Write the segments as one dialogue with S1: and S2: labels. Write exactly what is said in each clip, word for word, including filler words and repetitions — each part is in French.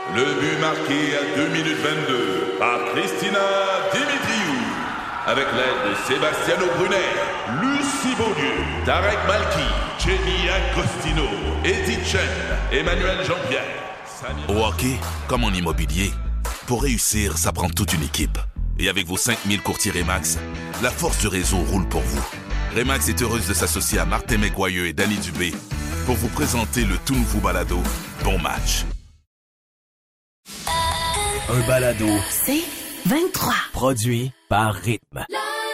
S1: Le but marqué à deux minutes vingt-deux par Christina Dimitriou. Avec l'aide de Sebastiano Brunet, Lucie Beaulieu, Tarek Malki, Jenny Agostino, Edith Chen, Emmanuel Jean-Pierre. Samir...
S2: Au hockey, comme en immobilier, pour réussir, ça prend toute une équipe. Et avec vos cinq mille courtiers Remax, la force du réseau roule pour vous. Remax est heureuse de s'associer à Martin McGuire et Danny Dubé pour vous présenter le tout nouveau balado Bon Match.
S3: Un balado.
S4: C'est vingt-trois.
S3: Produit par Rythme.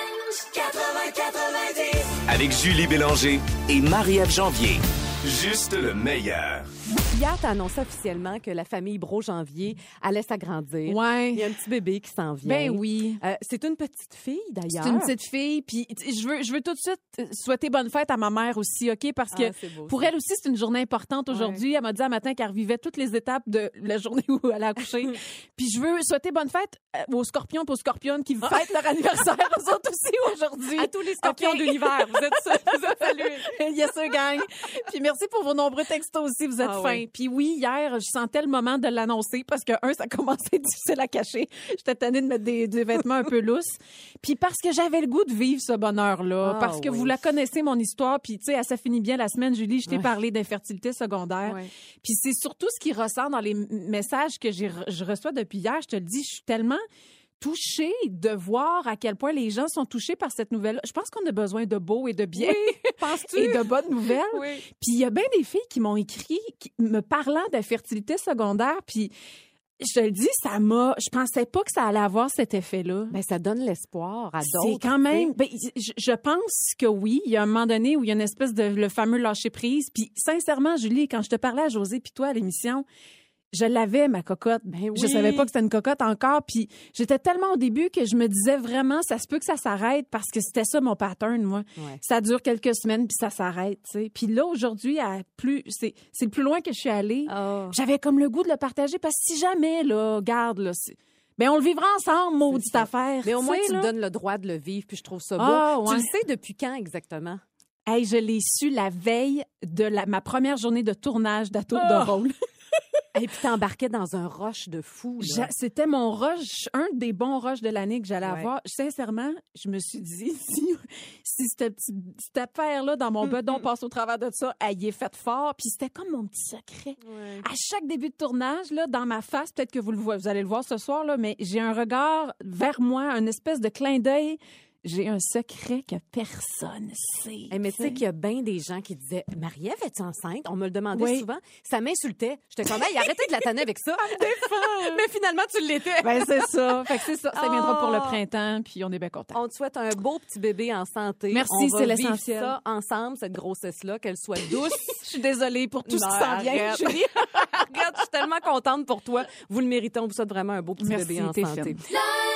S3: Avec Julie Bélanger et Marie-Ève Janvier. Juste le meilleur.
S5: Hier, t'as annoncé officiellement que la famille Bro-Janvier allait s'agrandir.
S6: Ouais.
S5: Il y a un petit bébé qui s'en vient.
S6: Ben oui.
S5: Euh, c'est une petite fille, d'ailleurs.
S6: C'est une petite fille. Puis je veux, je veux tout de suite souhaiter bonne fête à ma mère aussi, OK? Parce que
S5: Ah, c'est beau,
S6: pour
S5: ça.
S6: elle aussi, c'est une journée importante aujourd'hui.
S5: Ouais.
S6: Elle m'a dit un matin qu'elle revivait toutes les étapes de la journée où elle a accouché. Puis je veux souhaiter bonne fête aux scorpions et aux scorpionnes qui fêtent leur anniversaire, eux autres aussi, aujourd'hui.
S5: À tous les scorpions
S6: OK?
S5: de l'univers, vous êtes, vous êtes salués.
S6: Yes, sir, gang. Puis merci pour vos nombreux textos aussi, vous êtes
S5: Ah
S6: fins.
S5: oui.
S6: Puis oui, hier, je sentais le moment de l'annoncer parce que, un, ça commençait à être difficile à cacher. J'étais tannée de mettre des, des vêtements un peu lousses. Puis parce que j'avais le goût de vivre ce bonheur-là.
S5: Ah
S6: parce que
S5: oui.
S6: vous la connaissez, mon histoire. Puis, tu sais, ça finit bien la semaine, Julie. Je t'ai
S5: Ouais.
S6: parlé d'infertilité secondaire.
S5: Ouais.
S6: Puis c'est surtout ce qui ressort dans les m- messages que j'ai, je reçois depuis hier. Je te le dis, je suis tellement touchée de voir à quel point les gens sont touchés par cette nouvelle. Je pense qu'on a besoin de beau et de bien
S5: Penses-tu?
S6: et de bonnes nouvelles.
S5: Oui.
S6: Puis il y a bien des filles qui m'ont écrit qui- me parlant d'infertilité secondaire, puis je te le dis, ça m'a... Je pensais pas que ça allait avoir cet effet-là.
S5: Ben, ça donne l'espoir à d'autres.
S6: C'est quand même... Ben, je, je pense que oui. Il y a un moment donné où il y a une espèce de... le fameux lâcher-prise. Puis sincèrement, Julie, quand je te parlais à José puis toi à l'émission... Je l'avais, ma cocotte.
S5: Ben
S6: Je
S5: oui.
S6: savais pas que c'était une cocotte encore. Puis j'étais tellement au début que je me disais vraiment, ça se peut que ça s'arrête parce que c'était ça mon pattern, moi.
S5: Ouais.
S6: Ça dure quelques semaines puis ça s'arrête, tu sais. Puis là, aujourd'hui, à plus, c'est, c'est le plus loin que je suis allée.
S5: Oh.
S6: J'avais comme le goût de le partager parce que si jamais, là, garde, là, c'est... ben on le vivra ensemble, maudite
S5: ça.
S6: affaire.
S5: Mais au moins,
S6: sais,
S5: tu me
S6: là.
S5: donnes le droit de le vivre, puis je trouve ça beau.
S6: Ah,
S5: Tu
S6: ouais.
S5: le sais depuis quand exactement?
S6: Hey, je l'ai su la veille de la, ma première journée de tournage d'Atour
S5: Oh.
S6: de rôle.
S5: Et puis t'embarquais dans un rush de fou. là.
S6: J'a- C'était mon rush, un des bons rushs de l'année que j'allais
S5: Ouais.
S6: avoir. Sincèrement, je me suis dit, si, si cette petite, petite affaire-là dans mon bedon passe au travers de ça, elle y est faite fort. Puis c'était comme mon petit secret.
S5: Ouais.
S6: À chaque début de tournage, là, dans ma face, peut-être que vous le voyez, vous allez le voir ce soir, là, mais j'ai un regard vers moi, un espèce de clin d'œil. J'ai un secret que personne sait.
S5: Hey, mais tu sais qu'il y a bien des gens qui disaient « Marie-Ève, es-tu enceinte? » On me le demandait
S6: Oui.
S5: souvent. Ça m'insultait. J'étais comme « Hey, arrêtez de la tanner avec ça. » Mais finalement, tu l'étais.
S6: Ben, c'est ça. Fait que c'est ça. Ça viendra pour le
S5: Oh.
S6: printemps, puis on est bien contents.
S5: On te souhaite un beau petit bébé en santé.
S6: Merci,
S5: On va
S6: c'est
S5: vivre
S6: l'essentiel.
S5: ça ensemble, cette grossesse-là, qu'elle soit douce.
S6: Je suis désolée pour tout ce
S5: Non,
S6: qui s'en vient,
S5: arrête.
S6: Julie.
S5: Regarde, je suis tellement contente pour toi. Vous le méritez. On vous souhaite vraiment un beau petit
S6: Merci,
S5: bébé en
S6: t'es
S5: santé.
S6: fine.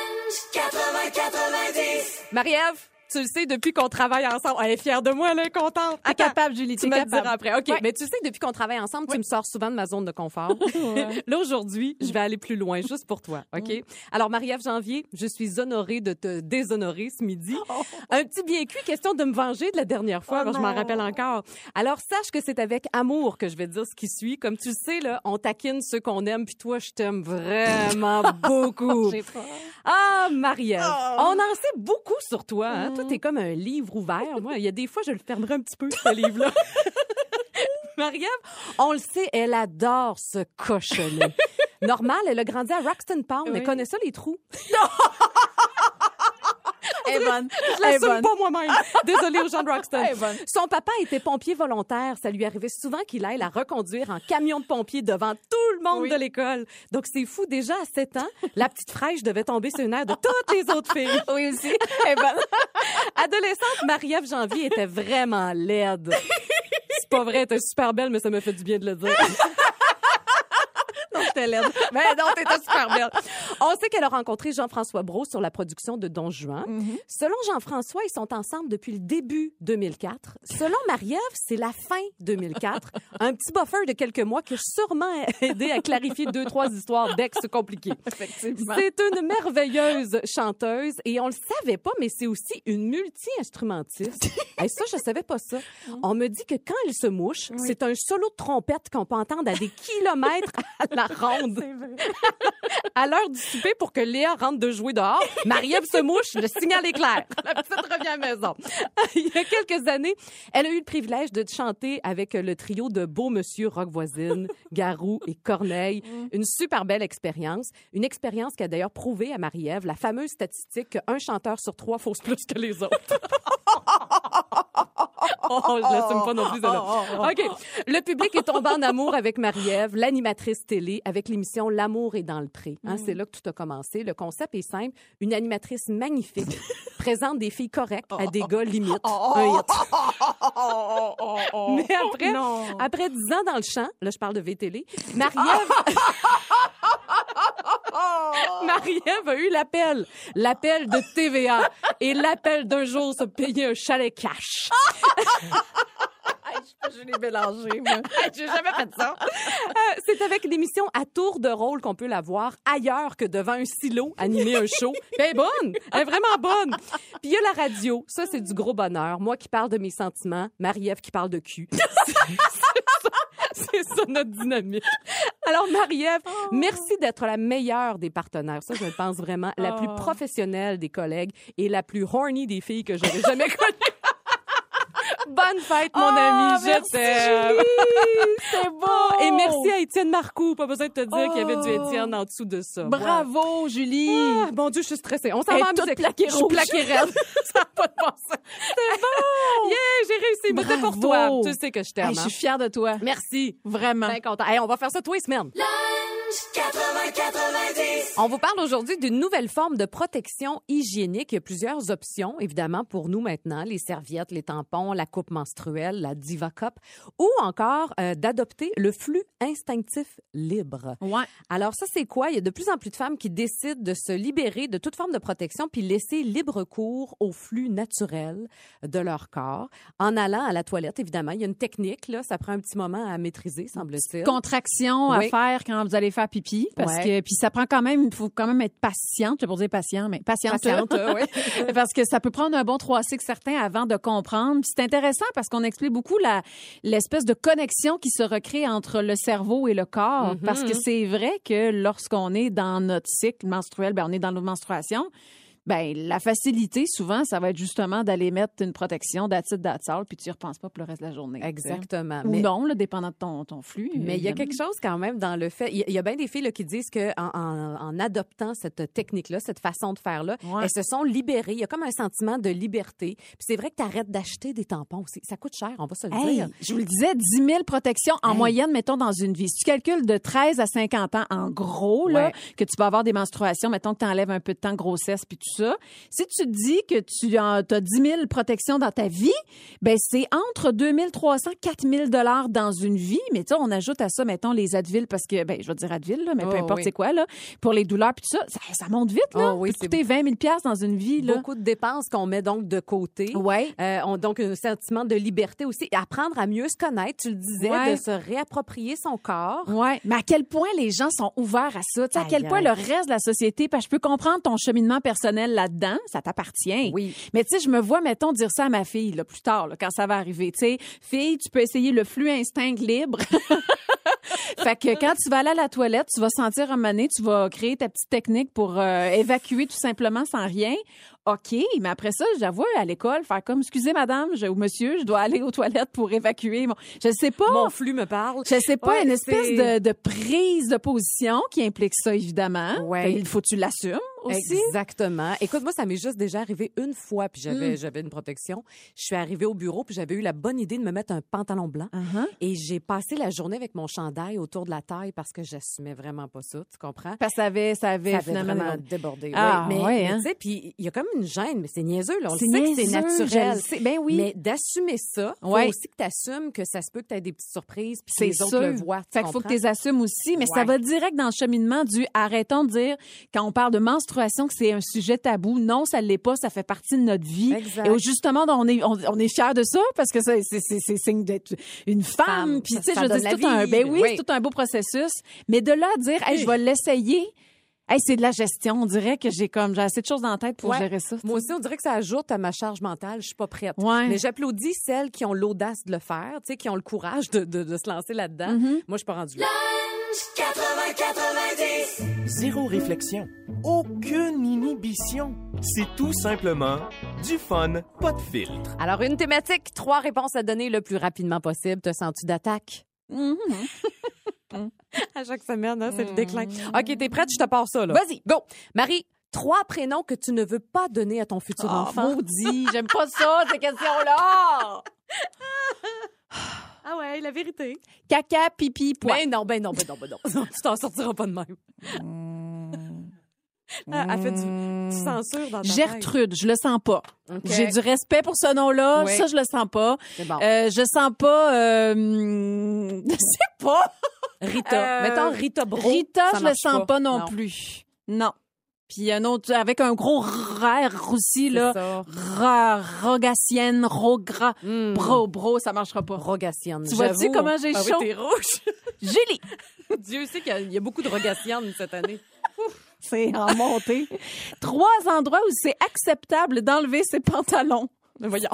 S5: Marie-Ève, tu le sais, depuis qu'on travaille ensemble, elle est fière de moi, elle est contente.
S6: T'es capable, Julie,
S5: Tu
S6: t'es
S5: me le
S6: capable.
S5: diras après. OK,
S6: Ouais.
S5: mais tu sais, depuis qu'on travaille ensemble, tu me sors souvent de ma zone de confort. Là, aujourd'hui, je vais aller plus loin, juste pour toi, OK? Alors, Marie-Ève Janvier, je suis honorée de te déshonorer ce midi. Un petit bien cuit, question de me venger de la dernière fois,
S6: Oh
S5: alors je m'en
S6: non.
S5: rappelle encore. Alors, sache que c'est avec amour que je vais te dire ce qui suit. Comme tu le sais, là, on taquine ceux qu'on aime, puis toi, je t'aime vraiment beaucoup.
S6: J'ai peur.
S5: Ah, Marie-Ève,
S6: Oh.
S5: on en sait beaucoup sur toi. Hein? Toi, t'es comme un livre ouvert. Moi, il y a des fois, je le fermerai un petit peu, ce livre-là. Marie-Ève, on le sait, elle adore ce cochonnet. Normal, elle a grandi à Roxton Pound.
S6: Oui.
S5: Elle connaît ça, les trous.
S6: Elle est bonne.
S5: Je
S6: Elle est
S5: l'assume
S6: bonne.
S5: pas moi-même. Désolée aux gens de Roxton.
S6: Elle est bonne.
S5: Son papa était pompier volontaire. Ça lui arrivait souvent qu'il aille la reconduire en camion de pompier devant tout le monde
S6: Oui.
S5: de l'école. Donc, c'est fou. Déjà, à sept ans, la petite fraîche devait tomber sur une aire de toutes les autres filles.
S6: Oui, aussi. Elle est bonne.
S5: Adolescente, Marie-Ève Janvier était vraiment laide. C'est pas vrai, elle était super belle, mais ça me fait du bien de le dire.
S6: Non, j'étais laide.
S5: Mais non, t'étais super belle. On sait qu'elle a rencontré Jean-François Brault sur la production de Don Juan. Mm-hmm. Selon Jean-François, ils sont ensemble depuis le début deux mille quatre. Selon Marie-Ève, c'est la fin deux mille quatre. Un petit buffer de quelques mois qui a sûrement aidé à clarifier deux, trois histoires d'ex compliquées.
S6: Effectivement.
S5: C'est une merveilleuse chanteuse et on le savait pas, mais c'est aussi une multi-instrumentiste. Et ça, je savais pas ça. On me dit que quand elle se mouche, oui. c'est un solo de trompette qu'on peut entendre à des kilomètres à la ronde.
S6: C'est vrai.
S5: À l'heure du souper, pour que Léa rentre de jouer dehors, Marie-Ève se mouche, le signal est clair. La petite revient à la maison. Il y a quelques années, elle a eu le privilège de chanter avec le trio de Beau Monsieur Rock Voisine, Garou et Corneille. Une super belle expérience. Une expérience qui a d'ailleurs prouvé à Marie-Ève la fameuse statistique qu'un chanteur sur trois fausse plus que les autres. Oh, je l'assume pas non plus, ça, OK. Le public est tombé en amour avec Marie-Ève, l'animatrice télé, avec l'émission L'amour est dans le pré. Hein, mm. C'est là que tout a commencé. Le concept est simple. Une animatrice magnifique présente des filles correctes à des gars limites. Un hit. Mais après, après dix ans dans le champ, là, je parle de V-Télé, Marie-Ève... Marie-Ève a eu l'appel. L'appel de T V A. Et l'appel d'un jour se payer un chalet cash.
S6: Je l'ai mélangé, moi.
S5: J'ai jamais fait ça. Euh, c'est avec l'émission À tour de rôle qu'on peut la voir ailleurs que devant un silo animer un show. Puis elle est bonne. Elle est vraiment bonne. Puis il y a la radio. Ça, c'est du gros bonheur. Moi qui parle de mes sentiments, Marie-Ève qui parle de cul. C'est, c'est, ça, c'est ça notre dynamique. Alors, Marie-Ève, oh. merci d'être la meilleure des partenaires. Ça, je le pense vraiment. La oh. plus professionnelle des collègues et la plus horny des filles que j'aurais jamais connues. Bonne fête, mon oh, ami. Je t'aime.
S6: C'est beau.
S5: Et merci à Étienne Marcoux. Pas besoin de te dire oh. qu'il y avait du Étienne en dessous de ça.
S6: Bravo, ouais. Julie.
S5: Ah, bon Dieu, je suis stressée. On s'en va en musique.
S6: Plaquée
S5: je suis plaquée raide. Ça n'a pas de bon sens.
S6: C'est bon.
S5: Yeah, j'ai réussi. Mais c'est pour toi. Tu sais que je t'aime.
S6: Hey, je suis fière de toi.
S5: Merci.
S6: Vraiment.
S5: Bien content. Hey, on va faire ça tous les semaines.
S4: quatre-vingts quatre-vingt-dix.
S5: On vous parle aujourd'hui d'une nouvelle forme de protection hygiénique. Il y a plusieurs options, évidemment, pour nous maintenant. Les serviettes, les tampons, la coupe menstruelle, la Diva Cup, ou encore euh, d'adopter le flux instinctif libre.
S6: Ouais.
S5: Alors ça, c'est quoi? Il y a de plus en plus de femmes qui décident de se libérer de toute forme de protection puis laisser libre cours au flux naturel de leur corps en allant à la toilette, évidemment. Il y a une technique, là, ça prend un petit moment à maîtriser, semble-t-il.
S6: Contraction oui. à faire quand vous allez faire pipi, parce ouais. que puis ça prend quand même, il faut quand même être patiente, je vais pas dire patient, mais patiente,
S5: patiente oui.
S6: parce que ça peut prendre un bon trois cycles certains avant de comprendre. Puis c'est intéressant parce qu'on explique beaucoup la l'espèce de connexion qui se recrée entre le cerveau et le corps, mm-hmm. parce que c'est vrai que lorsqu'on est dans notre cycle menstruel, ben on est dans nos menstruations. Ben la facilité, souvent, ça va être justement d'aller mettre une protection d'acide d'atsal, puis tu y repenses pas pour le reste de la journée.
S5: Exactement.
S6: Ou
S5: mais...
S6: non, là, dépendant de ton, ton flux.
S5: Mais il y a quelque chose quand même dans le fait... Il y, y a bien des filles là, qui disent qu'en en, en adoptant cette technique-là, cette façon de faire-là, ouais. elles se sont libérées. Il y a comme un sentiment de liberté. Puis c'est vrai que tu arrêtes d'acheter des tampons aussi. Ça coûte cher, on va se le
S6: hey,
S5: dire.
S6: Je vous le disais, dix mille protections en hey. moyenne, mettons, dans une vie. Si tu calcules de treize à cinquante ans, en gros, là, ouais. que tu vas avoir des menstruations, mettons que tu enlèves un peu de temps de grossesse puis tout ça, si tu te dis que tu as dix mille protections dans ta vie, ben c'est entre deux mille trois cents, quatre mille dollars dans une vie. Mais tu sais, on ajoute à ça, mettons, les Advil, parce que, ben je vais dire Advil, là, mais oh, peu importe oui. c'est quoi, là, pour les douleurs puis tout ça, ça, ça monte vite, là. Oh, oui, ça peut coûter vingt mille dollars dans une vie, là.
S5: Beaucoup de dépenses qu'on met donc de côté.
S6: Ouais.
S5: Euh, on, donc, un sentiment de liberté aussi. Apprendre à mieux se connaître, tu le disais, ouais. de se réapproprier son corps.
S6: Ouais. Mais à quel point les gens sont ouverts à ça? Tu sais, à quel point le reste de la société, parce que je peux comprendre ton cheminement personnel là-dedans, ça t'appartient.
S5: Oui.
S6: Mais tu sais, je me vois, mettons, dire ça à ma fille, là, plus tard, là, quand ça va arriver. Tu sais, fille, tu peux essayer le flux instinct libre. Fait que quand tu vas aller à la toilette, tu vas sentir un moment donné, tu vas créer ta petite technique pour euh, évacuer tout simplement sans rien. OK, mais après ça, j'avoue, à l'école, faire comme, excusez madame je, ou monsieur, je dois aller aux toilettes pour évacuer. Mon... Je sais pas.
S5: Mon flux me parle.
S6: Je sais pas,
S5: ouais,
S6: une espèce de, de prise de position qui implique ça, évidemment.
S5: Ouais.
S6: Il faut que tu l'assumes. aussi.
S5: Exactement. Écoute, moi, ça m'est juste déjà arrivé une fois, puis j'avais
S6: Mm.
S5: j'avais une protection. Je suis arrivée au bureau, puis j'avais eu la bonne idée de me mettre un pantalon blanc.
S6: Uh-huh.
S5: Et j'ai passé la journée avec mon chandail autour de la taille parce que j'assumais vraiment pas ça, tu comprends?
S6: Parce que ça avait, ça avait,
S5: Ça avait
S6: finalement
S5: vraiment
S6: débordé.
S5: débordé.
S6: Ah,
S5: oui. Mais,
S6: ouais,
S5: mais
S6: hein?
S5: tu sais, puis il y a comme une gêne, mais c'est niaiseux, là. On le
S6: C'est
S5: sait que c'est
S6: niaiseux,
S5: naturel.
S6: je le sais. Ben oui.
S5: Mais d'assumer ça, faut
S6: Ouais.
S5: aussi que tu assumes que ça se peut que tu aies des petites surprises, puis que
S6: C'est
S5: les
S6: sûr.
S5: autres le voient. tu
S6: Fait qu'il faut que
S5: comprends?
S6: tu les assumes aussi, mais ça
S5: Ouais.
S6: va direct dans le cheminement du arrêtons de dire, quand on parle de menstruation, que c'est un sujet tabou. Non, ça l'est pas, ça fait partie de notre vie.
S5: Exact.
S6: Et justement, on est, on, on est fiers de ça parce que c'est, c'est, c'est, c'est signe d'être une femme.
S5: Femme,
S6: Puis,
S5: ça-
S6: tu sais,
S5: ça
S6: je veux
S5: donne
S6: dire, c'est
S5: la
S6: tout un,
S5: vie.
S6: ben oui,
S5: Oui.
S6: c'est tout un beau processus. Mais de là à dire, hey, je vais l'essayer. Hey, c'est de la gestion. On dirait que j'ai comme, j'ai assez de choses dans la tête pour
S5: Ouais.
S6: gérer ça.
S5: Moi aussi, on dirait que ça ajoute à ma charge mentale. Je suis pas prête.
S6: Ouais.
S5: Mais j'applaudis celles qui ont l'audace de le faire, tu sais, qui ont le courage de, de, de se lancer là-dedans.
S6: Mm-hmm.
S5: Moi, je suis pas rendue là.
S4: quatre-vingts quatre-vingt-dix.
S3: Zéro réflexion. Aucune inhibition. C'est tout simplement du fun, pas de filtre.
S5: Alors, une thématique, trois réponses à donner le plus rapidement possible. Te sens-tu d'attaque?
S6: Mhm.
S5: À chaque semaine, hein, c'est le déclin. OK, t'es prête? Je te pars ça, là.
S6: Vas-y.
S5: Go! Marie, trois prénoms que tu ne veux pas donner à ton futur
S6: Ah,
S5: enfant.
S6: maudit, j'aime pas ça, ces questions-là.
S5: Ah ouais, la vérité.
S6: Caca, pipi, poids.
S5: Ben non, ben non, ben non, ben non. Non, tu t'en sortiras pas de même. Ah, elle fait du, du censure dans ta tête.
S6: Gertrude, je le sens pas.
S5: OK.
S6: J'ai du respect pour ce nom-là.
S5: Oui.
S6: Ça, je le sens pas.
S5: C'est bon.
S6: Euh, je sens pas... Euh, hum, je sais pas.
S5: Rita.
S6: Euh,
S5: Mettons Rita Bro.
S6: Rita,
S5: ça
S6: je le
S5: marche
S6: sens pas, non, plus. Non. Puis un autre, avec un gros R aussi,
S5: C'est
S6: là.
S5: ça.
S6: Ra, rogatienne, rogra,
S5: Mm.
S6: bro, bro, ça marchera pas.
S5: Rogacienne.
S6: Tu vois-tu
S5: j'avoue.
S6: comment j'ai
S5: Ah
S6: chaud?
S5: Oui, t'es rouge.
S6: Julie,
S5: Dieu sait qu'il y a, il y a beaucoup de rogaciennes cette année.
S6: c'est en montée. Trois endroits où c'est acceptable d'enlever ses pantalons.
S5: Mais voyons.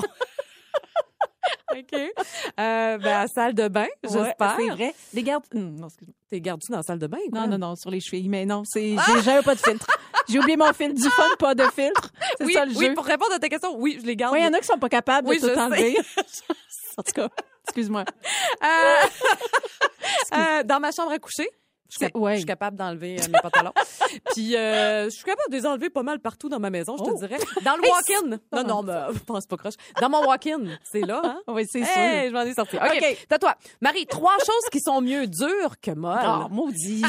S5: OK. Euh, ben, à la salle de bain, j'espère.
S6: C'est vrai. Les gardes... Hum, non, excuse-moi.
S5: T'es gardes-tu dans la salle de bain?
S6: Non, non, non, sur les chevilles. Mais non, c'est j'ai jamais pas de filtre. J'ai oublié mon fil du fun, pas de filtre. C'est
S5: Oui,
S6: ça le
S5: oui,
S6: jeu.
S5: pour répondre à ta question, oui, je les garde.
S6: Oui, il y en a qui sont pas capables
S5: Oui,
S6: de tout
S5: je sais.
S6: enlever. En tout cas, excuse-moi.
S5: Euh, euh, dans ma chambre à coucher, je suis,
S6: C'est-
S5: cap-
S6: ouais.
S5: je suis capable d'enlever euh, mes pantalons. Puis, euh, je suis capable de les enlever pas mal partout dans ma maison, je te
S6: Oh.
S5: dirais. Dans le
S6: Hey,
S5: walk-in. Non, non, mais je pense pas croche. Dans mon walk-in, c'est là, hein?
S6: Oui, c'est
S5: Hey,
S6: sûr.
S5: je m'en ai sorti. OK,
S6: OK.
S5: t'as toi. Marie, trois choses qui sont mieux dures que molles.
S6: Oh, maudit.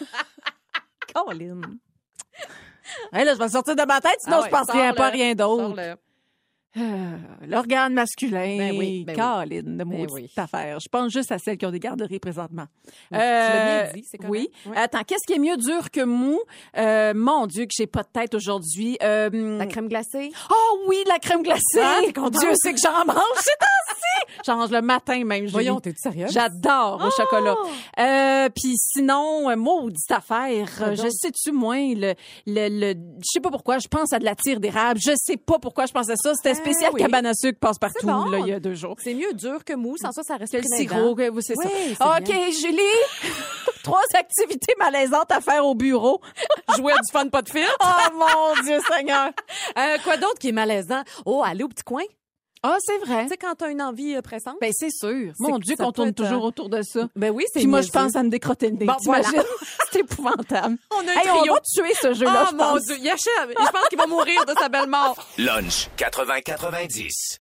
S6: Colin. Hey, là, je vais sortir de ma tête, sinon
S5: Ah ouais,
S6: je penserai
S5: sors-le.
S6: pas à rien d'autre.
S5: Sors-le.
S6: Euh, L'organe masculin.
S5: Ben oui, ben oui.
S6: Colin, de maudite
S5: oui.
S6: affaire. Je pense juste à celles qui ont des garderies présentement.
S5: Oui, tu l'as bien dit, c'est correct.
S6: Oui.
S5: Ouais.
S6: Attends, qu'est-ce qui est mieux dur que mou? Euh, mon Dieu, que j'ai pas de tête aujourd'hui. Euh,
S5: La crème glacée.
S6: Oh oui, la crème glacée!
S5: Ah, t'es contente?
S6: Dieu sait que j'en mange ces temps-ci! J'en mange le matin même, Julie.
S5: Voyons, t'es-tu sérieuse?
S6: J'adore au chocolat. Euh, Puis sinon, euh, maudite affaire, euh, je
S5: donc?
S6: sais-tu moins, le, le, le, je sais pas pourquoi, je pense à de la tire d'érable. Je sais pas pourquoi je pense à ça. C'était spécial
S5: Ah oui.
S6: cabane à sucre passe-partout,
S5: bon.
S6: là, il y a deux jours.
S5: C'est mieux dur que mou, sans ça, ça reste
S6: Quel
S5: plus
S6: sirop, que vous, c'est
S5: Oui, c'est
S6: ça. OK,
S5: bien.
S6: Julie, trois activités malaisantes à faire au bureau.
S5: Jouer à du fun, pas de filtre.
S6: Oh mon Dieu Seigneur!
S5: Euh, quoi d'autre qui est malaisant? Oh, aller au petit coin.
S6: Ah, c'est vrai.
S5: Tu sais, quand t'as une envie euh, pressante.
S6: Ben, c'est sûr. Mon
S5: que
S6: Dieu,
S5: ça
S6: qu'on
S5: peut
S6: tourne
S5: être,
S6: toujours
S5: euh,
S6: autour de ça.
S5: Ben oui, c'est
S6: Puis moi, je
S5: niaiseux.
S6: pense à me décrotter le nez.
S5: Bon,
S6: T'imagines?
S5: voilà.
S6: C'est épouvantable.
S5: On a un
S6: Hey, on
S5: trio.
S6: va tuer ce jeu-là,
S5: Oh
S6: je
S5: mon
S6: pense.
S5: Dieu, il achève. Je pense qu'il va mourir de sa belle mort.
S3: Lunch quatre-vingts quatre-vingt-dix.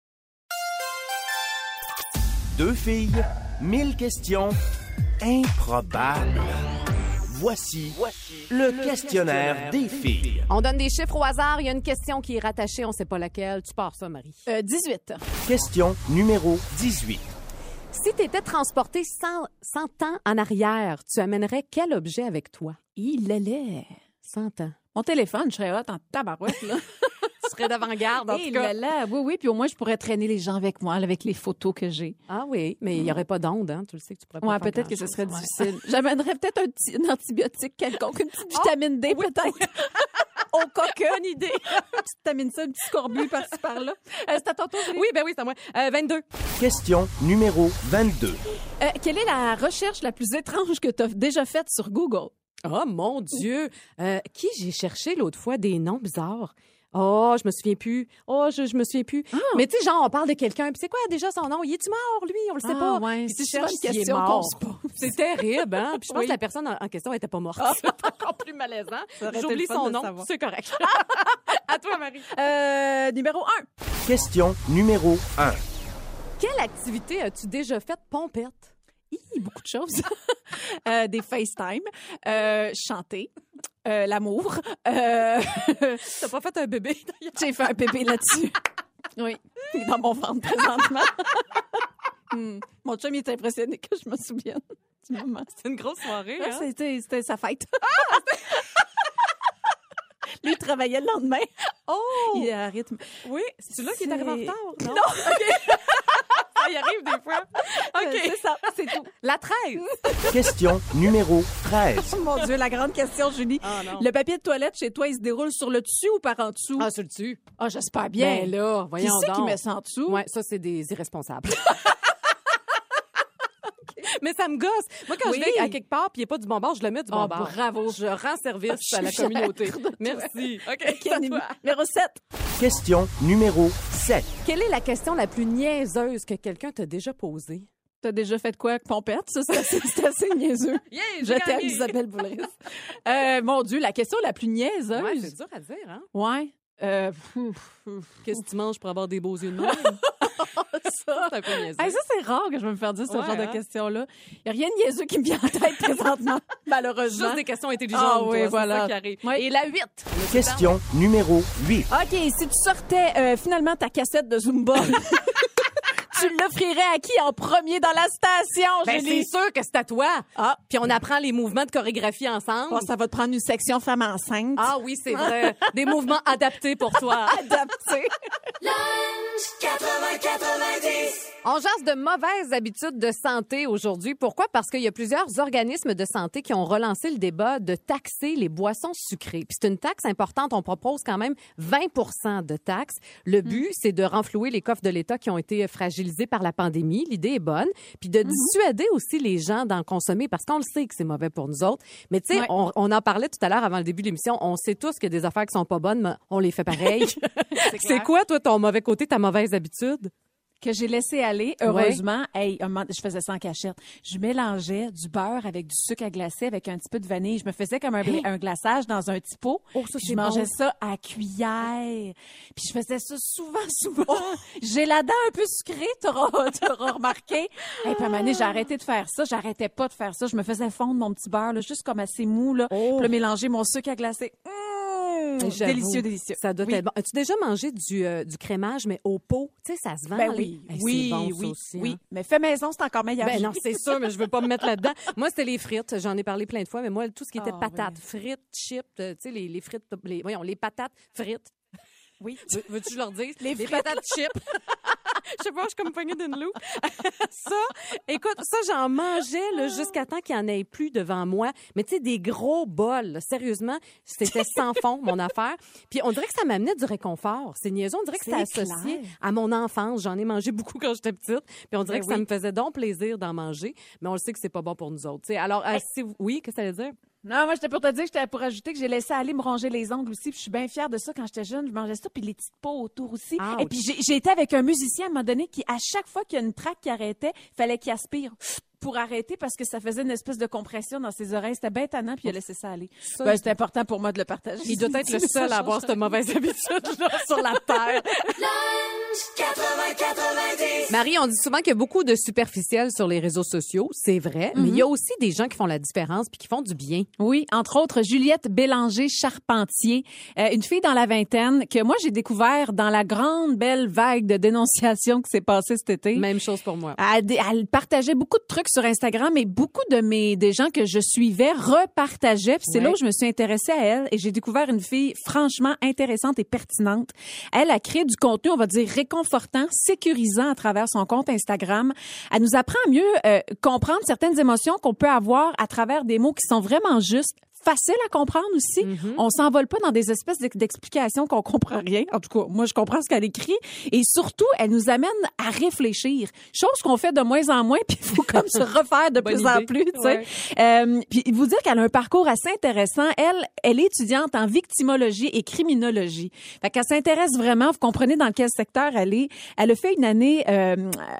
S3: Deux filles, mille questions improbables. Voici, le, questionnaire des filles.
S5: On donne des chiffres au hasard. Il y a une question qui est rattachée, on sait pas laquelle. Tu pars ça, Marie.
S6: Euh, dix-huit.
S3: Question numéro dix-huit.
S5: Si tu étais transporté cent, cent ans en arrière, tu amènerais quel objet avec toi?
S6: Il allait.
S5: cent ans.
S6: Mon téléphone, je serais hot en tabarouette, là.
S5: Tu serais d'avant-garde, en
S6: Eh
S5: tout cas.
S6: là là, oui, oui. Puis au moins, je pourrais traîner les gens avec moi, là, avec les photos que j'ai.
S5: Ah oui, mais il n'y aurait pas d'onde, hein? Tu le sais que tu pourrais pas
S6: Ouais,
S5: faire
S6: peut-être que ce
S5: grand-chose.
S6: serait
S5: Ouais.
S6: difficile. J'amènerais peut-être un petit un antibiotique quelconque, une petite vitamine D, peut-être. Au coquin, idée. Une petite vitamine C, un petit scorbut par-ci, par-là. Euh, c'est à ton tour, Julie?
S5: Oui, ben oui, c'est à moi. Euh, vingt-deux.
S3: Question numéro vingt-deux.
S6: Euh, quelle est la recherche la plus étrange que tu as déjà faite sur Google?
S5: Oh mon Dieu! Euh, qui j'ai cherché l'autre fois des noms bizarres? Oh, je me souviens plus. Oh, je, je me souviens plus.
S6: Ah.
S5: Mais tu sais, genre, on parle de quelqu'un, puis c'est quoi déjà son nom? Il est-tu mort, lui? On le sait
S6: Ah,
S5: pas.
S6: ouais.
S5: Puis tu
S6: C'est souvent
S5: cherches
S6: une
S5: s'il est
S6: question
S5: mort.
S6: qu'on se pose.
S5: C'est terrible, hein? Puis je pense
S6: Oui.
S5: que la personne en, en question était pas morte. C'est encore plus malaisant.
S6: Ça aurait été
S5: J'oublie
S6: le fun
S5: son
S6: de
S5: nom,
S6: savoir.
S5: c'est correct. À toi, Marie.
S6: Euh, numéro un.
S3: Question numéro un.
S5: Quelle activité as-tu déjà faite pompette?
S6: Hi, beaucoup de choses. Euh, des FaceTime, euh, chanter, euh, l'amour. Euh,
S5: T'as pas fait un bébé, d'ailleurs?
S6: J'ai fait un bébé là-dessus. Oui, il est dans mon ventre présentement. Hmm. Mon chum il est impressionné que je me souvienne du moment.
S5: C'est une grosse soirée,
S6: Ouais,
S5: hein?
S6: c'était, c'était sa fête. Lui, il travaillait le lendemain.
S5: Oh!
S6: Il est à rythme.
S5: Oui, c'est là qu'il est arrivé en retard? Non.
S6: Non.
S5: Ça y arrive des fois.
S6: Euh,
S5: OK.
S6: C'est ça, c'est tout.
S5: La treize.
S3: Question numéro treize.
S6: Oh, mon Dieu, la grande question, Julie.
S5: Ah, non.
S6: Le papier de toilette chez toi, il se déroule sur le dessus ou par en dessous?
S5: Ah, sur le dessus.
S6: Ah, j'espère bien.
S5: Ben là,
S6: Qui
S5: voyons
S6: c'est qui
S5: donc.
S6: met ça en dessous?
S5: Ouais, ça, c'est des irresponsables. Mais ça me gosse. Moi, quand
S6: Oui.
S5: je vais à quelque part puis il n'y a pas du bon bord, je le mets du bon
S6: Ah,
S5: bord.
S6: bravo.
S5: Je rends service
S6: Je
S5: à la
S6: suis
S5: communauté.
S6: fière de toi.
S5: Merci. OK,
S6: Ok,
S5: c'est à toi.
S6: numéro sept.
S3: Question numéro sept.
S5: Quelle est la question la plus niaiseuse que quelqu'un t'a déjà posée?
S6: T'as déjà fait quoi avec Pompette? Ça, c'est assez, c'est assez niaiseux.
S5: Yeah,
S6: Je t'aime, Isabelle Boulris. Euh, mon Dieu, la question la plus niaiseuse.
S5: Ouais, c'est dur à dire, hein?
S6: Ouais. Euh,
S5: Qu'est-ce que tu manges pour avoir des beaux yeux de même? ça, c'est un peu niaiseux.
S6: hey, ça, c'est rare que je vais me faire dire ce
S5: Ouais,
S6: genre
S5: hein?
S6: de questions-là. Il n'y a rien de niaiseux qui me vient en tête présentement, malheureusement.
S5: Juste des questions intelligentes,
S6: Ah
S5: toi,
S6: oui,
S5: c'est
S6: voilà.
S5: ça qui arrive.
S6: Ouais.
S5: Et la huit.
S3: Question numéro huit.
S6: OK, si tu sortais euh, finalement ta cassette de Zumba, tu l'offrirais à qui en premier dans la station,
S5: Ben,
S6: Julie?
S5: c'est sûr que c'est à toi.
S6: Ah.
S5: Puis on apprend les mouvements de chorégraphie ensemble.
S6: Oh, ça va te prendre une section femme enceinte.
S5: Ah oui, c'est vrai. Des mouvements adaptés pour toi.
S6: Adapté.
S4: Lunch quatre-vingts quatre-vingt-dix.
S5: On jase de mauvaises habitudes de santé aujourd'hui. Pourquoi? Parce qu'il y a plusieurs organismes de santé qui ont relancé le débat de taxer les boissons sucrées. Puis c'est une taxe importante. On propose quand même vingt pour cent de taxes. Le but, c'est de renflouer les coffres de l'État qui ont été fragilisés par la pandémie. L'idée est bonne. Puis de dissuader aussi les gens d'en consommer parce qu'on le sait que c'est mauvais pour nous autres. Mais tu sais,
S6: Ouais.
S5: on, on en parlait tout à l'heure avant le début de l'émission. On sait tous qu'il y a des affaires qui sont pas bonnes, mais on les fait pareil. C'est quoi, toi, ton mauvais côté, ta mauvaise habitude?
S6: Que j'ai laissé aller, heureusement. Hey, un moment, je faisais ça en cachette. Je mélangeais du beurre avec du sucre à glacer avec un petit peu de vanille. Je me faisais comme un, bla- un glaçage dans un petit pot.
S5: Oh, ça,
S6: Puis
S5: c'est
S6: je mangeais
S5: bon.
S6: ça à cuillère. Puis je faisais ça souvent, souvent. J'ai la dent un peu sucrée, t'auras, t'auras remarqué. Et puis à un moment donné, j'ai arrêté de faire ça. J'arrêtais pas de faire ça. Je me faisais fondre mon petit beurre, là, juste comme assez mou, là.
S5: Oh.
S6: Puis là, mélanger mon sucre à glacer. Mmh!
S5: J'avoue,
S6: Délicieux, délicieux.
S5: Ça doit
S6: Oui.
S5: être bon. As-tu déjà mangé du, euh, du crémage, mais au pot? Tu sais, ça se vend.
S6: Ben
S5: les-
S6: oui,
S5: Hey,
S6: oui,
S5: c'est bon, ça
S6: oui,
S5: aussi,
S6: oui.
S5: hein.
S6: Mais fait maison, c'est encore meilleur.
S5: Ben non, c'est sûr, mais je veux pas me mettre là-dedans. Moi, c'était les frites. J'en ai parlé plein de fois, mais moi, tout ce qui était
S6: Ah,
S5: patates, frites, chips, euh, tu sais, les, les frites, les, voyons, les patates frites.
S6: Oui.
S5: Veux- Veux-tu que je leur dise?
S6: Les
S5: Les
S6: frites.
S5: patates chips. Je sais pas, je suis comme poignée d'une loupe. Ça, écoute, ça, j'en mangeais là, jusqu'à temps qu'il n'y en ait plus devant moi. Mais tu sais, des gros bols, là, sérieusement, c'était sans fond, mon affaire. Puis on dirait que ça m'amenait du réconfort. C'est niaiseux, on dirait que c'était
S6: C'est
S5: associé
S6: clair.
S5: à mon enfance. J'en ai mangé beaucoup quand j'étais petite. Puis on dirait
S6: Ben
S5: que ça
S6: oui.
S5: me faisait donc plaisir d'en manger. Mais on le sait que c'est pas bon pour nous autres. tu sais. Alors, euh, si vous- oui, qu'est-ce que ça veut dire?
S6: Non, moi, j'étais pour te dire que j'étais pour ajouter que j'ai laissé aller me ronger les ongles aussi. Puis je suis bien fière de ça quand j'étais jeune. Je mangeais ça, puis les petites peaux autour aussi.
S5: Ouch.
S6: Et puis j'ai j'ai été avec un musicien à un moment donné qui, à chaque fois qu'il y a une traque qui arrêtait, fallait qu'il aspire pour arrêter parce que ça faisait une espèce de compression dans ses oreilles. C'était bien tannant, puis il a laissé ça aller.
S5: Ça,
S6: Ben, c'était important pour moi de le partager.
S5: Il doit être le seul à avoir cette mauvaise habitude-là sur la terre.
S4: Lunch quatre-vingts quatre-vingt-dix.
S5: Marie, on dit souvent qu'il y a beaucoup de superficiels sur les réseaux sociaux. C'est vrai. Mais il y a aussi des gens qui font la différence puis qui font du bien.
S6: Oui, entre autres, Juliette Bélanger-Charpentier, euh, une fille dans la vingtaine que moi, j'ai découvert dans la grande, belle vague de dénonciation qui s'est passée cet été.
S5: Même chose pour moi.
S6: Elle, dé- elle partageait beaucoup de trucs sur Instagram et beaucoup de mes des gens que je suivais repartageaient. Puis c'est
S5: Ouais.
S6: là où je me suis intéressée à elle et j'ai découvert une fille franchement intéressante et pertinente. Elle a créé du contenu, on va dire, réconfortant, sécurisant à travers son compte Instagram. Elle nous apprend à mieux euh, comprendre certaines émotions qu'on peut avoir à travers des mots qui sont vraiment justes, facile à comprendre aussi. Mm-hmm. On s'envole pas dans des espèces d'explications qu'on comprend rien. En tout cas, moi, je comprends ce qu'elle écrit. Et surtout, elle nous amène à réfléchir. Chose qu'on fait de moins en moins, puis il faut comme se refaire de plus en plus, tu sais. Ouais. Euh, puis vous dire qu'elle a un parcours assez intéressant. Elle, elle est étudiante en victimologie et criminologie. Fait qu'elle s'intéresse vraiment, vous comprenez dans quel secteur elle est. Elle a fait une année euh,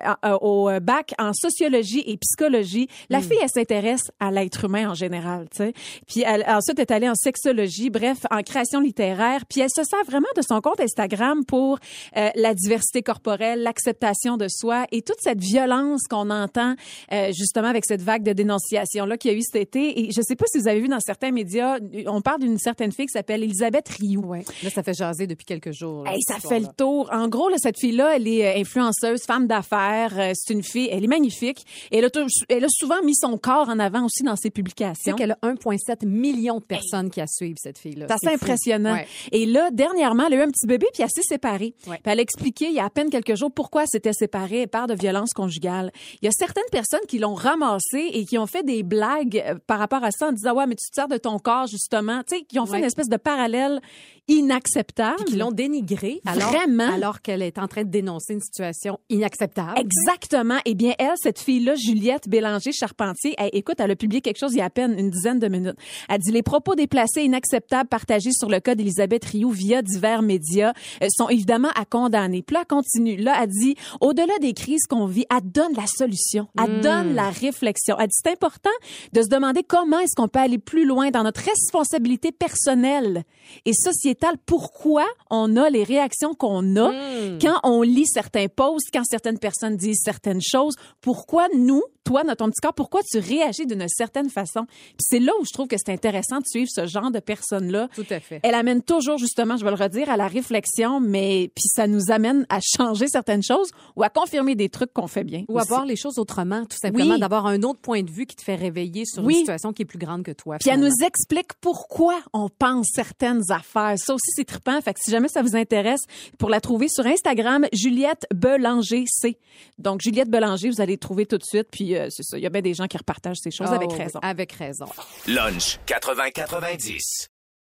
S6: au bac en sociologie et psychologie. La mm. fille, elle s'intéresse à l'être humain en général, tu sais. Puis elle, ensuite, elle est allée en sexologie, bref, en création littéraire. Puis elle se sert vraiment de son compte Instagram pour euh, la diversité corporelle, l'acceptation de soi et toute cette violence qu'on entend euh, justement avec cette vague de dénonciation-là qu'il y a eu cet été. Et je sais pas si vous avez vu dans certains médias, on parle d'une certaine fille qui s'appelle Elisabeth Rioux.
S5: Ouais. Là, ça fait jaser depuis quelques jours. Là,
S6: hey, ça fait le tour. En gros, là, cette fille-là, elle est influenceuse, femme d'affaires. Euh, c'est une fille, elle est magnifique. Et elle a, elle a souvent mis son corps en avant aussi dans ses publications.
S5: Tu sais qu'elle a un virgule sept million de personnes hey. qui la suivent, cette fille-là.
S6: C'est assez impressionnant. Ouais. Et là, dernièrement, elle a eu un petit bébé puis elle s'est séparée. Ouais. Puis elle a expliqué il y a à peine quelques jours pourquoi elle s'était séparée. Elle parle de violence conjugale. Il y a certaines personnes qui l'ont ramassée et qui ont fait des blagues par rapport à ça en disant « Ouais, mais tu te sers de ton corps, justement. » Tu sais, qui ont fait ouais. une espèce de parallèle inacceptable.
S5: Puis qui l'ont dénigrée. Alors,
S6: Vraiment.
S5: Alors qu'elle est en train de dénoncer une situation inacceptable.
S6: Exactement. Eh bien, elle, cette fille-là, Juliette Bélanger-Charpentier, elle, écoute, elle a publié quelque chose il y a à peine une dizaine de minutes. Elle dit « Les propos déplacés inacceptables partagés sur le cas d'Elisabeth Rioux via divers médias euh, sont évidemment à condamner. » Puis là, elle continue. Là, elle dit « Au-delà des crises qu'on vit, elle donne la solution. Elle mmh. donne la réflexion. » Elle dit « C'est important de se demander comment est-ce qu'on peut aller plus loin dans notre responsabilité personnelle et sociétale. Pourquoi on a les réactions qu'on a mmh. quand on lit certains posts, quand certaines personnes disent certaines choses. Pourquoi nous, toi, dans ton petit corps, pourquoi tu réagis d'une certaine façon? Puis c'est là où je trouve que c'est intéressant de suivre ce genre de personnes-là.
S5: Tout à fait.
S6: Elle amène toujours, justement, je vais le redire, à la réflexion, mais puis ça nous amène à changer certaines choses ou à confirmer des trucs qu'on fait bien.
S5: Ou
S6: aussi.
S5: à voir les choses autrement, tout simplement, oui. d'avoir un autre point de vue qui te fait réveiller sur oui. une situation qui est plus grande que toi.
S6: Puis elle nous explique pourquoi on pense certaines affaires. Ça aussi, c'est trippant. Fait que si jamais ça vous intéresse, pour la trouver sur Instagram, Juliette Bélanger C. Donc, Juliette Bélanger, vous allez trouver tout de suite. Puis, euh, c'est ça. Il y a bien des gens qui repartagent ces choses oh, avec raison.
S5: Avec raison.
S7: Lunch quatre-vingts quatre-vingt-dix.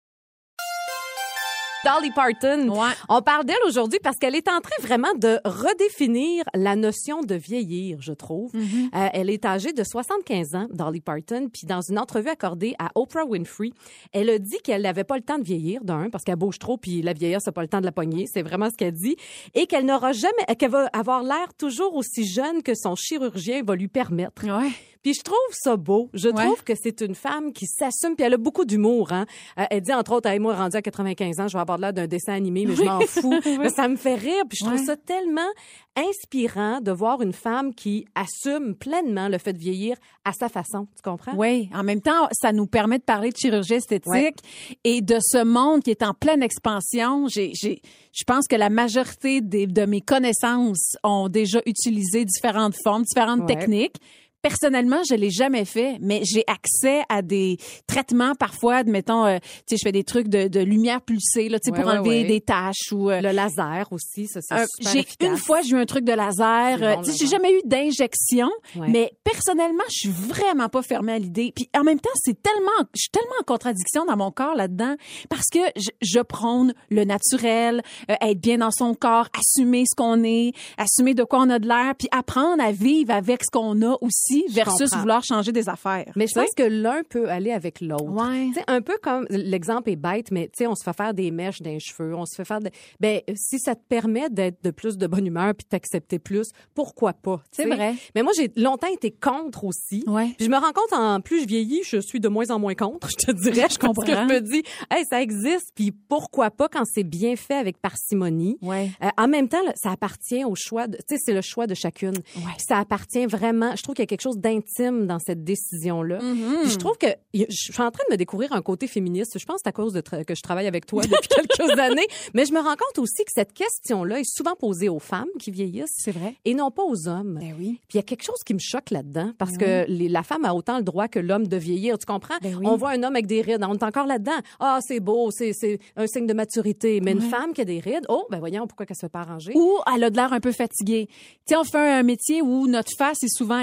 S5: Dolly Parton.
S6: Ouais.
S5: On parle d'elle aujourd'hui parce qu'elle est en train vraiment de redéfinir la notion de vieillir, je trouve. Mm-hmm. Euh, elle est âgée de soixante-quinze ans, Dolly Parton, puis dans une entrevue accordée à Oprah Winfrey, elle a dit qu'elle n'avait pas le temps de vieillir, d'un, parce qu'elle bouge trop, puis la vieillesse n'a pas le temps de la pogner. C'est vraiment ce qu'elle dit. Et qu'elle n'aura jamais, qu'elle va avoir l'air toujours aussi jeune que son chirurgien va lui permettre.
S6: Ouais.
S5: Puis je trouve ça beau. Je trouve ouais. que c'est une femme qui s'assume, puis elle a beaucoup d'humour. Hein. Euh, elle dit, entre autres, hey, moi, rendue à quatre-vingt-quinze ans, je vais avoir l'air d'un dessin animé, mais je m'en fous. oui. Mais ça me fait rire, puis je trouve ouais. ça tellement inspirant de voir une femme qui assume pleinement le fait de vieillir à sa façon. Tu comprends?
S6: Oui. En même temps, ça nous permet de parler de chirurgie esthétique ouais. et de ce monde qui est en pleine expansion. J'ai, j'ai, je pense que la majorité des, de mes connaissances ont déjà utilisé différentes formes, différentes ouais. techniques. Personnellement, je l'ai jamais fait, mais j'ai accès à des traitements parfois, admettons, euh, tu sais, je fais des trucs de, de lumière pulsée, là, tu sais,
S5: ouais,
S6: pour
S5: ouais,
S6: enlever
S5: ouais.
S6: des taches ou euh,
S5: le laser aussi, ça c'est
S6: euh,
S5: super
S6: j'ai
S5: efficace.
S6: Une fois, j'ai eu un truc de laser.
S5: Bon,
S6: euh, tu sais, j'ai jamais eu d'injection, ouais. mais personnellement, je suis vraiment pas fermée à l'idée. Puis en même temps, c'est tellement, je suis tellement en contradiction dans mon corps là-dedans parce que je, je prône le naturel, euh, être bien dans son corps, assumer ce qu'on est, assumer de quoi on a de l'air, puis apprendre à vivre avec ce qu'on a aussi versus vouloir changer des affaires.
S5: Mais je pense que l'un peut aller avec l'autre.
S6: Ouais.
S5: Tu sais, un peu comme, l'exemple est bête, mais tu sais, on se fait faire des mèches d'un cheveu, on se fait faire de, ben, si ça te permet d'être de plus de bonne humeur puis de t'accepter plus, pourquoi pas?
S6: C'est vrai.
S5: Mais moi, j'ai longtemps été contre aussi.
S6: Ouais.
S5: Puis je me rends compte, en plus je vieillis, je suis de moins en moins contre, je te dirais.
S6: Je comprends.
S5: Parce que je me dis, hey, ça existe, puis pourquoi pas quand c'est bien fait avec parcimonie.
S6: Ouais.
S5: Euh, en même temps, là, ça appartient au choix, de, tu sais, c'est le choix de chacune.
S6: Ouais.
S5: Puis ça appartient vraiment, je trouve qu'il y a quelque chose d'intime dans cette décision-là.
S6: Mm-hmm.
S5: Puis je trouve que je suis en train de me découvrir un côté féministe. Je pense que c'est à cause de tra- que je travaille avec toi depuis quelques années. Mais je me rends compte aussi que cette question-là est souvent posée aux femmes qui vieillissent.
S6: C'est vrai.
S5: Et non pas aux hommes.
S6: Ben oui.
S5: Puis il y a quelque chose qui me choque là-dedans parce
S6: ben
S5: que les, la femme a autant le droit que l'homme de vieillir. Tu comprends?
S6: Ben oui.
S5: On voit un homme avec des rides. On est encore là-dedans. Ah, c'est beau. C'est, c'est un signe de maturité. Mais ouais. une femme qui a des rides, oh, ben voyons, pourquoi qu'elle se fait pas arranger?
S6: Ou elle a de l'air un peu fatiguée. Tu sais, on fait un métier où notre face est souvent exposée.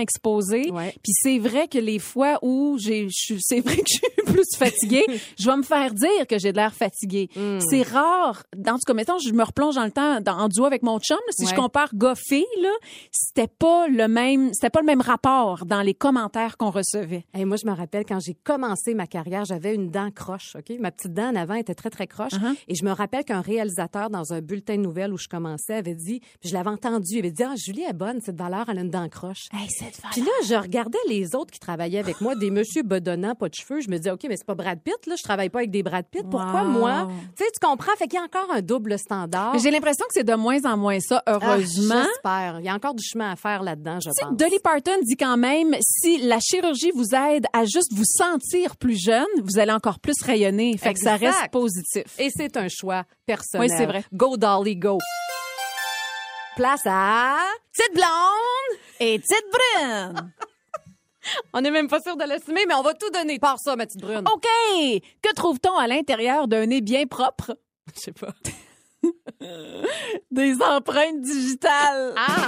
S6: reposer.
S5: Ouais.
S6: Puis c'est vrai que les fois où j'ai, je suis- c'est vrai que je suis plus fatiguée, je vais me faire dire que j'ai de l'air fatiguée.
S5: Mm.
S6: C'est rare. Dans tout cas, mettons, je me replonge dans le temps, dans, en duo avec mon chum. là, si
S5: Ouais.
S6: je compare gars-filles, là, c'était pas le même, c'était pas le même rapport dans les commentaires qu'on recevait.
S5: Hey, moi, je me rappelle quand j'ai commencé ma carrière, j'avais une dent croche, OK? Ma petite dent en avant était très, très croche.
S6: Uh-huh.
S5: Et je me rappelle qu'un réalisateur dans un bulletin de nouvelles où je commençais avait dit, puis je l'avais entendu, il avait dit, ah, Julie est bonne, cette valeur, elle a une dent croche.
S6: Hey, cette
S5: Puis là, je regardais les autres qui travaillaient avec moi, des monsieur bedonnants, pas de cheveux. Je me disais, OK, mais c'est pas Brad Pitt, là. Je travaille pas avec des Brad Pitt. Pourquoi
S6: Wow.
S5: moi? Tu sais, tu comprends? Fait qu'il y a encore un double standard.
S6: Mais j'ai l'impression que c'est de moins en moins ça,
S5: Ah,
S6: heureusement.
S5: j'espère. Il y a encore du chemin à faire là-dedans, je
S6: Tu sais,
S5: pense.
S6: Dolly Parton dit quand même, si la chirurgie vous aide à juste vous sentir plus jeune, vous allez encore plus rayonner. Fait que ça
S5: Exact.
S6: reste positif.
S5: Et c'est un choix personnel.
S6: Oui, c'est vrai.
S5: Go, Dolly, go. Place à... Petite blonde!
S6: Et petite brune!
S5: On n'est même pas sûr de l'assumer, mais on va tout donner. Par ça, ma petite brune.
S6: OK! Que trouve-t-on à l'intérieur d'un nez bien propre?
S5: Je sais pas.
S6: Des empreintes digitales.
S5: Ah!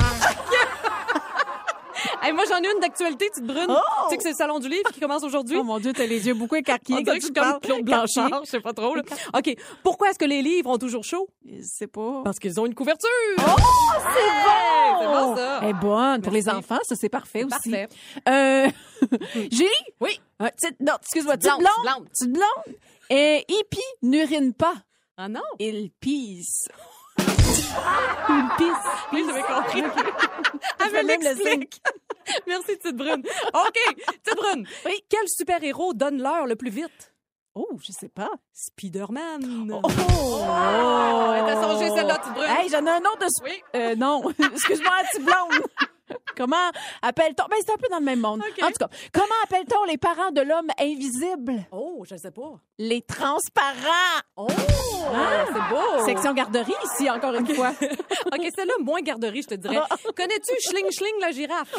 S5: Hey, moi, j'en ai une d'actualité, petite brune.
S6: Oh!
S5: Tu sais que c'est le Salon du Livre qui commence aujourd'hui?
S6: Oh mon Dieu, t'as les yeux beaucoup
S5: On
S6: écarquillés
S5: dirait
S6: quand
S5: que je
S6: tu
S5: suis comme
S6: parles.
S5: Claude Blanchard, je sais pas trop. Là. OK. Pourquoi est-ce que les livres ont toujours chaud?
S6: C'est pas...
S5: Parce qu'ils ont une couverture.
S6: Oh, c'est bon!
S5: C'est bon, ça.
S6: Elle est bonne. Pour les
S5: Merci.
S6: enfants, ça, c'est parfait aussi.
S5: Parfait.
S6: Euh... Julie?
S5: Oui.
S6: Euh, petite- non, excuse-moi. Petite
S5: Blonde,
S6: blonde.
S5: blonde.
S6: Petite blonde. Et hippie n'urine pas.
S5: Ah non?
S6: Il pisse. Il pisse.
S5: Oui, j'avais compris.
S6: Je
S5: Elle
S6: fais
S5: me
S6: même le
S5: l'explique. Merci, petite brune. OK, petite brune.
S6: Oui.
S5: Quel super-héros donne l'heure le plus vite?
S6: Oh, je sais pas.
S5: Spider-Man.
S6: Oh!
S5: Oh! Elle t'a songé celle-là, petite brune.
S6: Hey, j'en ai un autre de... sp-
S5: Oui.
S6: Euh, non. Excuse-moi, petite blonde. Comment appelle-t-on... Ben, c'est un peu dans le même monde.
S5: OK.
S6: En tout cas, comment appelle-t-on les parents de l'homme invisible?
S5: Oh, je sais pas.
S6: Les transparents.
S5: Oh! C'est beau.
S6: Section garderie ici, encore une fois.
S5: OK, celle-là, moins garderie, je te dirais. Connais-tu Schling Schling la girafe?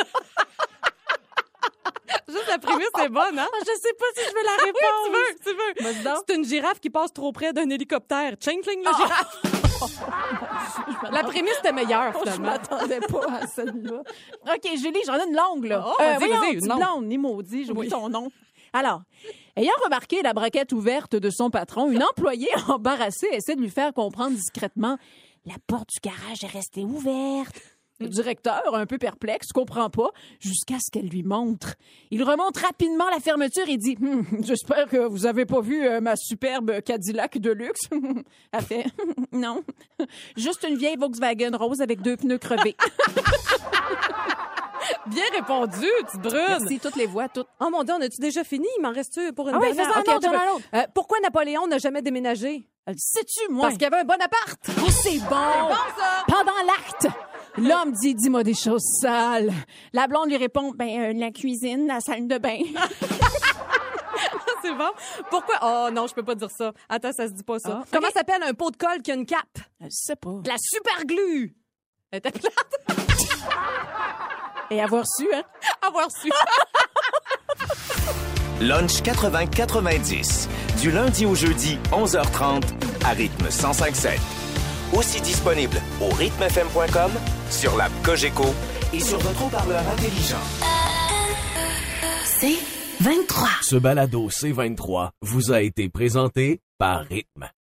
S5: Juste la prémisse, c'est bonne, hein?
S6: Je sais pas si je veux la
S5: Oui,
S6: réponse.
S5: tu veux, tu veux.
S6: Vas-y donc.
S5: C'est une girafe qui passe trop près d'un hélicoptère. Ching Chling la girafe. La prémisse était meilleure,
S6: Je
S5: finalement.
S6: m'attendais pas à celle-là. OK, Julie, j'en ai une longue, là.
S5: Oh, vas-y,
S6: voyons,
S5: vas-y, une
S6: petite
S5: longue.
S6: blonde, ni maudit, j'ai oublié
S5: Oui.
S6: ton nom. Alors, ayant remarqué la braquette ouverte de son patron, une employée embarrassée essaie de lui faire comprendre discrètement « La porte du garage est restée ouverte ». Le directeur, un peu perplexe, comprend pas, jusqu'à ce qu'elle lui montre. Il remonte rapidement la fermeture et dit Hum, « J'espère que vous avez pas vu euh, ma superbe Cadillac de luxe. » Elle fait « Non, juste une vieille Volkswagen rose avec deux pneus crevés.
S5: Bien répondu, petite brune. »
S6: Merci, toutes les voix, toutes.
S5: Oh mon Dieu, on a-tu déjà fini? Il m'en reste-tu pour une
S6: Ah oui,
S5: dernière?
S6: fais-en un
S5: OK,
S6: autre,
S5: attends
S6: j'en ai
S5: un
S6: un
S5: peu.
S6: autre.
S5: Euh, pourquoi Napoléon n'a jamais déménagé?
S6: Elle sais-tu, moi?
S5: Parce qu'il y avait un Bonaparte.
S6: Oh, c'est bon!
S5: ça.
S6: Pendant l'acte, l'homme dit « Dis-moi des choses sales ». La blonde lui répond « Ben, euh, la cuisine, la salle de bain. »
S5: C'est bon. Pourquoi? Oh non, je peux pas dire ça. Attends, ça se dit pas ça.
S6: Ah,
S5: Comment
S6: OK.
S5: s'appelle un pot de colle qui a une cape?
S6: Je sais pas.
S5: La super glue. Elle était plate.
S6: Et avoir su, hein?
S5: Avoir su.
S7: Lunch quatre-vingts quatre-vingt-dix. Du lundi au jeudi, onze heures trente, à rythme cent cinq sept. Aussi disponible au rythme f m point com, sur l'app Cogeco et sur votre haut-parleur intelligent.
S4: C'est vingt-trois.
S8: Ce balado C vingt-trois vous a été présenté par Rythme.